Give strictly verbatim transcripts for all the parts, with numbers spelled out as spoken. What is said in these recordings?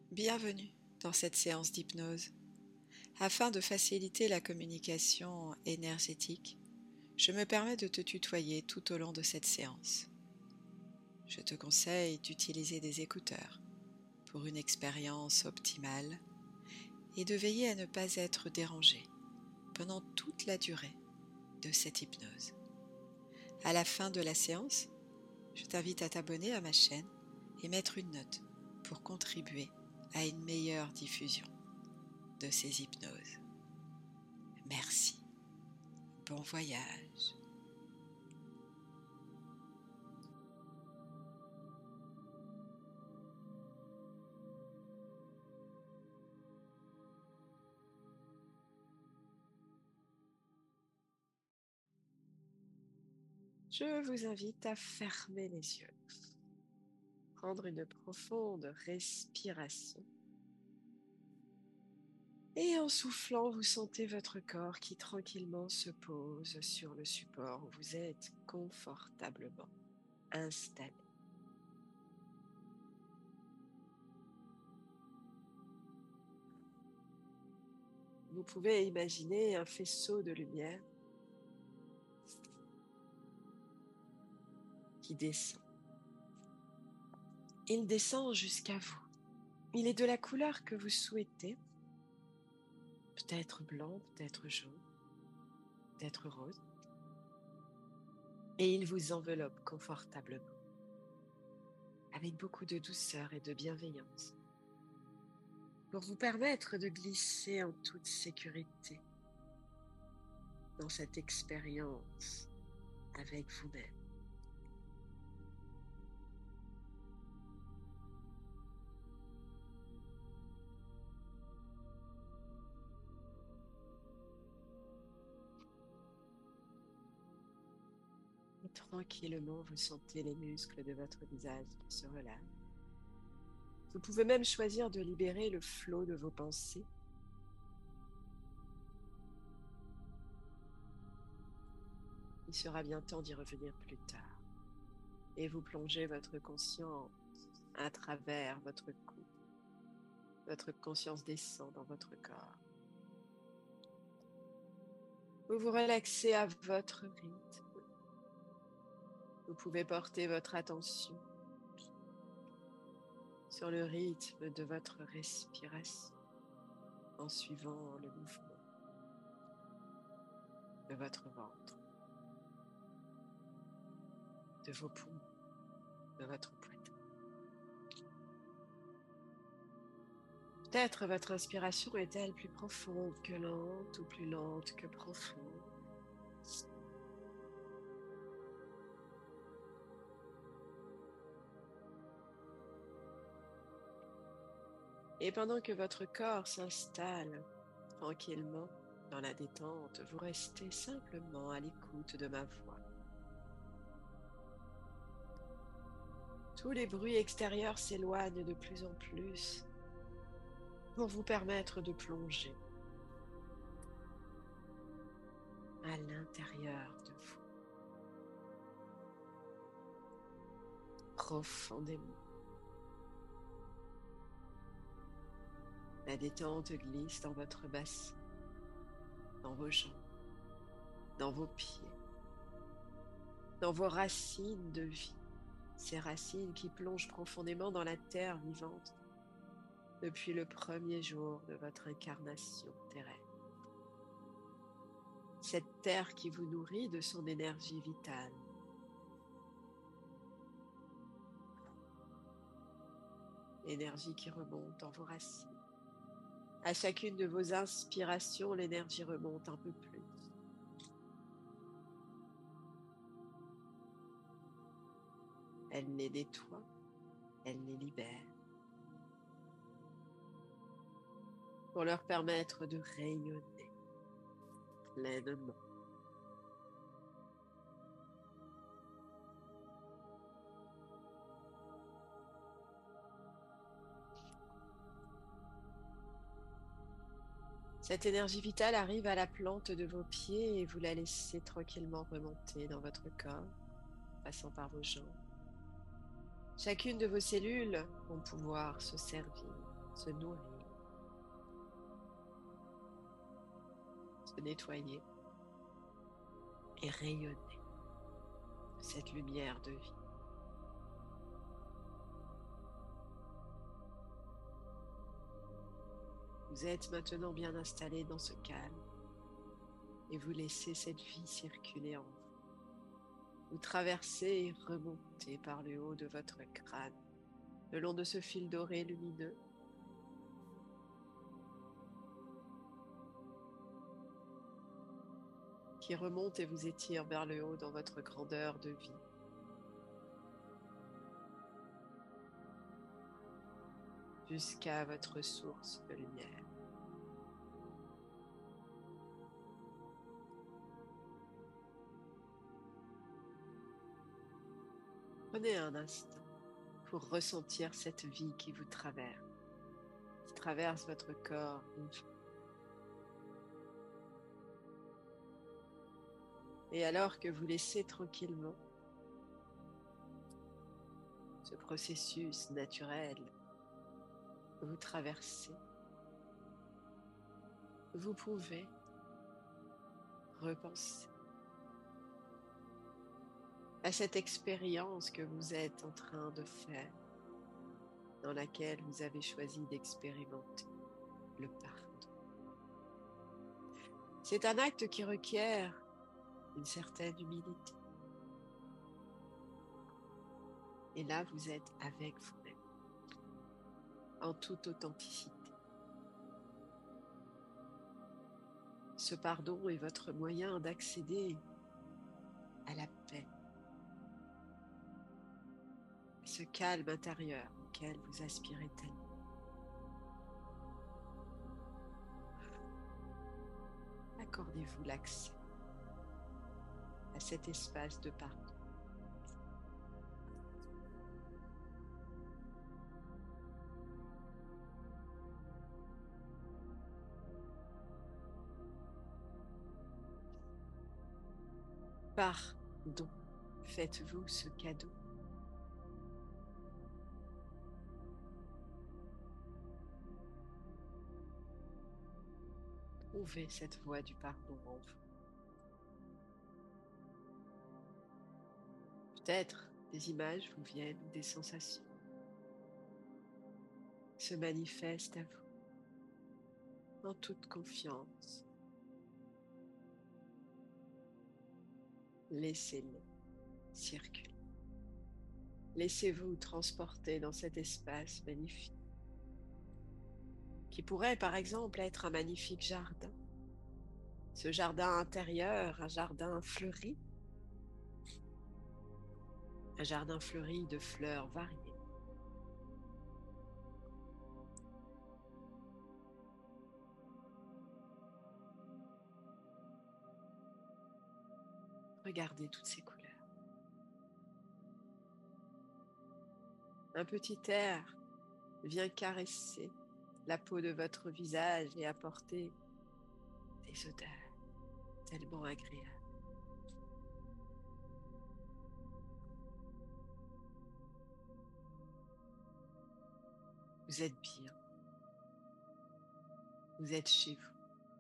Bienvenue dans cette séance d'hypnose. Afin de faciliter la communication énergétique, je me permets de te tutoyer tout au long de cette séance. Je te conseille d'utiliser des écouteurs pour une expérience optimale et de veiller à ne pas être dérangé pendant toute la durée de cette hypnose. À la fin de la séance, je t'invite à t'abonner à ma chaîne et mettre une note pour contribuer à une meilleure diffusion de ces hypnoses. Merci. Bon voyage. Je vous invite à fermer les yeux, prendre une profonde respiration et en soufflant, vous sentez votre corps qui tranquillement se pose sur le support où vous êtes confortablement installé. Vous pouvez imaginer un faisceau de lumière qui descend. Il descend jusqu'à vous. Il est de la couleur que vous souhaitez, peut-être blanc, peut-être jaune, peut-être rose, et il vous enveloppe confortablement, avec beaucoup de douceur et de bienveillance, pour vous permettre de glisser en toute sécurité dans cette expérience avec vous-même. Et tranquillement, vous sentez les muscles de votre visage qui se relâchent. Vous pouvez même choisir de libérer le flot de vos pensées. Il sera bien temps d'y revenir plus tard. Et vous plongez votre conscience à travers votre cou. Votre conscience descend dans votre corps. Vous vous relaxez à votre rythme. Vous pouvez porter votre attention sur le rythme de votre respiration en suivant le mouvement de votre ventre, de vos poumons, de votre poitrine. Peut-être votre inspiration est-elle plus profonde que lente ou plus lente que profonde. Et pendant que votre corps s'installe tranquillement dans la détente, vous restez simplement à l'écoute de ma voix. Tous les bruits extérieurs s'éloignent de plus en plus pour vous permettre de plonger à l'intérieur de vous, profondément. La détente glisse dans votre bassin, dans vos jambes, dans vos pieds, dans vos racines de vie, ces racines qui plongent profondément dans la terre vivante depuis le premier jour de votre incarnation terrestre. Cette terre qui vous nourrit de son énergie vitale. Énergie qui remonte dans vos racines. À chacune de vos inspirations, l'énergie remonte un peu plus. Elle les nettoie, elle les libère, pour leur permettre de rayonner pleinement. Cette énergie vitale arrive à la plante de vos pieds et vous la laissez tranquillement remonter dans votre corps, passant par vos jambes. Chacune de vos cellules vont pouvoir se servir, se nourrir, se nettoyer et rayonner de cette lumière de vie. Vous êtes maintenant bien installé dans ce calme et vous laissez cette vie circuler en vous. Vous traversez et remontez par le haut de votre crâne, le long de ce fil doré lumineux, qui remonte et vous étire vers le haut dans votre grandeur de vie. Jusqu'à votre source de lumière. Prenez un instant pour ressentir cette vie qui vous traverse, qui traverse votre corps. Et alors que vous laissez tranquillement ce processus naturel vous traverser, vous pouvez repenser à cette expérience que vous êtes en train de faire, dans laquelle vous avez choisi d'expérimenter le pardon. C'est un acte qui requiert une certaine humilité. Et là, vous êtes avec vous-même, en toute authenticité. Ce pardon est votre moyen d'accéder à la paix, à ce calme intérieur auquel vous aspirez tellement. Accordez-vous l'accès à cet espace de pardon. Pardon, faites-vous ce cadeau. Trouvez cette voie du pardon en vous. Peut-être des images vous viennent, des sensations se manifestent à vous en toute confiance. Laissez-les circuler. Laissez-vous transporter dans cet espace magnifique qui pourrait par exemple être un magnifique jardin. Ce jardin intérieur, un jardin fleuri, un jardin fleuri de fleurs variées. Regardez toutes ces couleurs. Un petit air vient caresser la peau de votre visage et apporter des odeurs tellement agréables. Vous êtes bien. Vous êtes chez vous.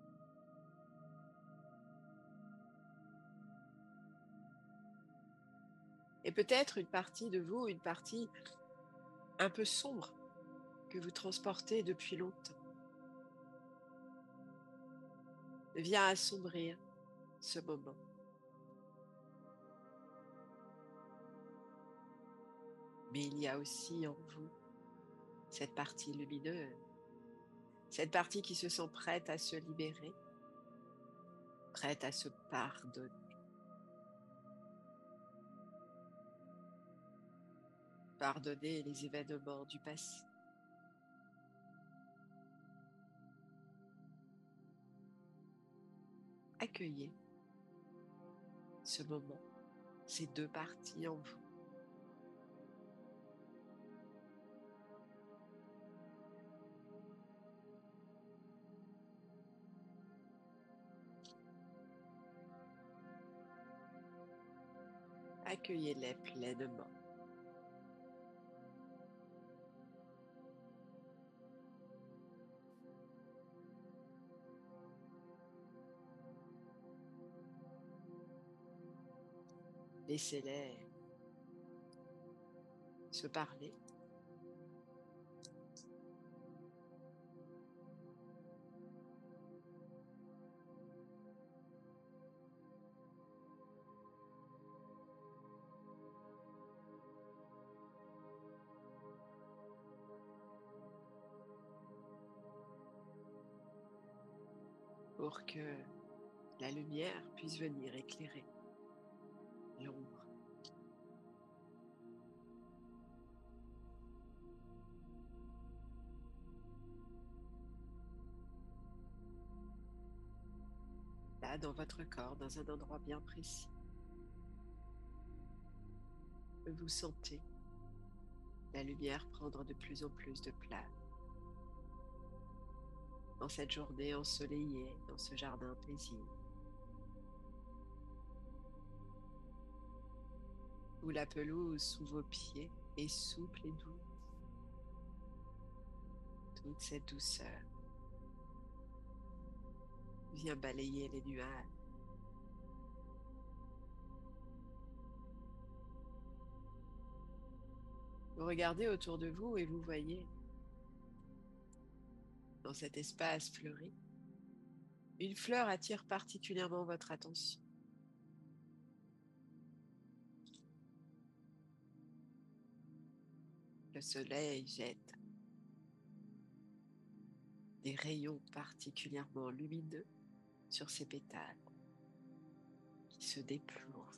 Et peut-être une partie de vous, une partie un peu sombre que vous transportez depuis longtemps, vient assombrir ce moment. Mais il y a aussi en vous cette partie lumineuse, cette partie qui se sent prête à se libérer, prête à se pardonner. Pardonner les événements du passé. Accueillez ce moment, ces deux parties en vous. Accueillez-les pleinement. Laissez-les se parler. Pour que la lumière puisse venir éclairer l'ombre. Là, dans votre corps, dans un endroit bien précis, vous sentez la lumière prendre de plus en plus de place. Dans cette journée ensoleillée, dans ce jardin paisible, où la pelouse sous vos pieds est souple et douce, toute cette douceur vient balayer les nuages. Vous regardez autour de vous et vous voyez, dans cet espace fleuri, une fleur attire particulièrement votre attention. Le soleil jette des rayons particulièrement lumineux sur ses pétales qui se déploient.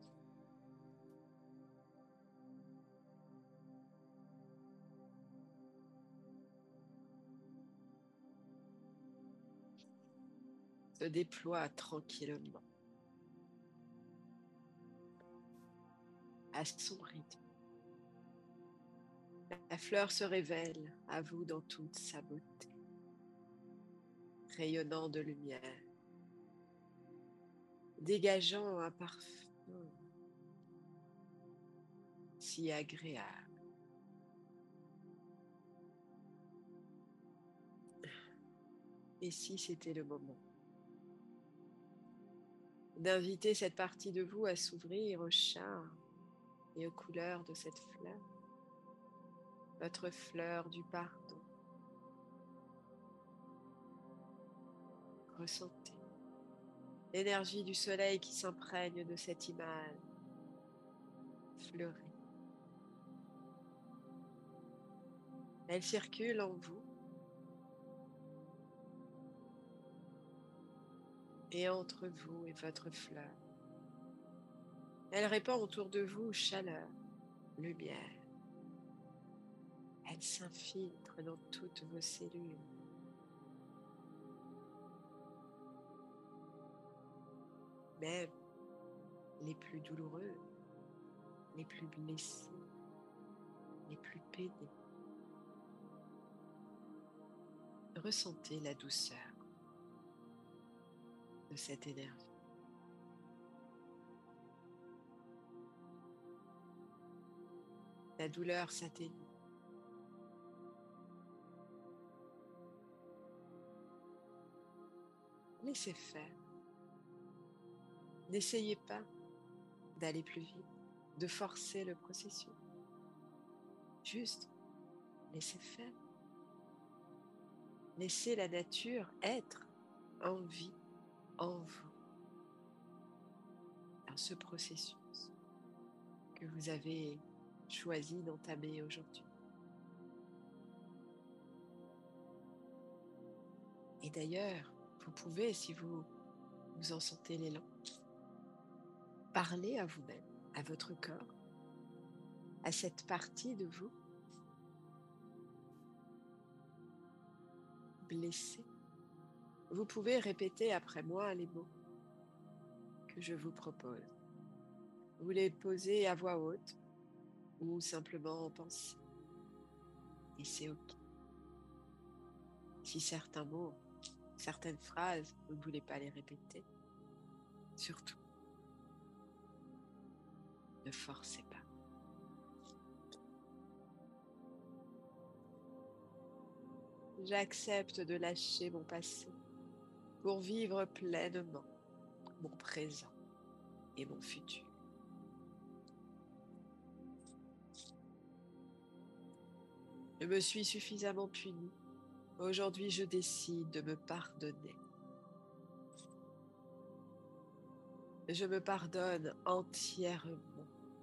Se déploient tranquillement, à son rythme. La fleur se révèle à vous dans toute sa beauté, rayonnant de lumière, dégageant un parfum si agréable. Et si c'était le moment d'inviter cette partie de vous à s'ouvrir au charme et aux couleurs de cette fleur, votre fleur du pardon. Ressentez l'énergie du soleil qui s'imprègne de cette image fleurie. Elle circule en vous et entre vous et votre fleur. Elle répand autour de vous chaleur, lumière. Elle s'infiltre dans toutes vos cellules. Même les plus douloureux, les plus blessés, les plus peinés. Ressentez la douceur de cette énergie. La douleur s'atténue. Laissez faire. N'essayez pas d'aller plus vite, de forcer le processus. Juste, laissez faire. Laissez la nature être en vie, en vous, dans ce processus que vous avez choisi d'entamer aujourd'hui. Et d'ailleurs, vous pouvez, si vous, vous en sentez l'élan, parler à vous-même, à votre corps, à cette partie de vous blessée. Vous pouvez répéter après moi les mots que je vous propose. Vous les posez à voix haute ou simplement en pensée. Et c'est OK. Si certains mots, certaines phrases, vous ne voulez pas les répéter, surtout, ne forcez pas. J'accepte de lâcher mon passé pour vivre pleinement mon présent et mon futur. Je me suis suffisamment puni. Aujourd'hui, je décide de me pardonner. Je me pardonne entièrement.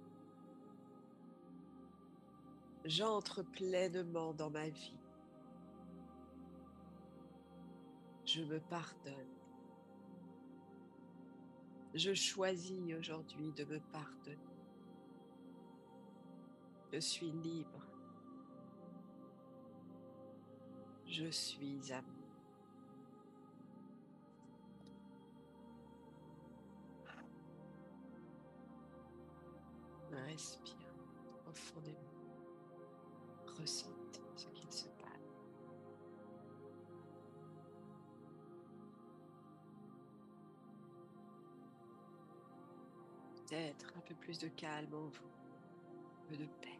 J'entre pleinement dans ma vie. Je me pardonne. Je choisis aujourd'hui de me pardonner. Je suis libre. Je suis amour. Respire profondément. Ressente ce qu'il se passe. Peut-être un peu plus de calme en vous, un peu de paix.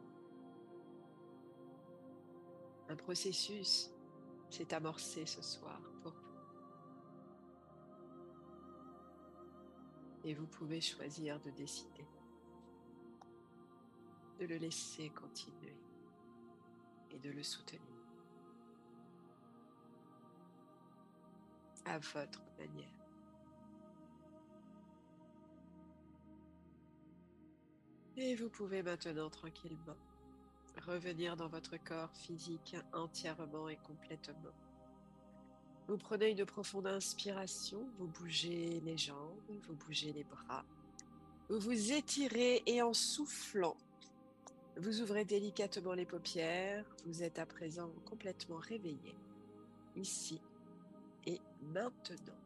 Un processus s'est amorcé ce soir pour vous. Et vous pouvez choisir de décider de le laisser continuer et de le soutenir à votre manière. Et vous pouvez maintenant tranquillement revenir dans votre corps physique entièrement et complètement. Vous prenez une profonde inspiration, vous bougez les jambes, vous bougez les bras, vous vous étirez et en soufflant, vous ouvrez délicatement les paupières, vous êtes à présent complètement réveillé, ici et maintenant.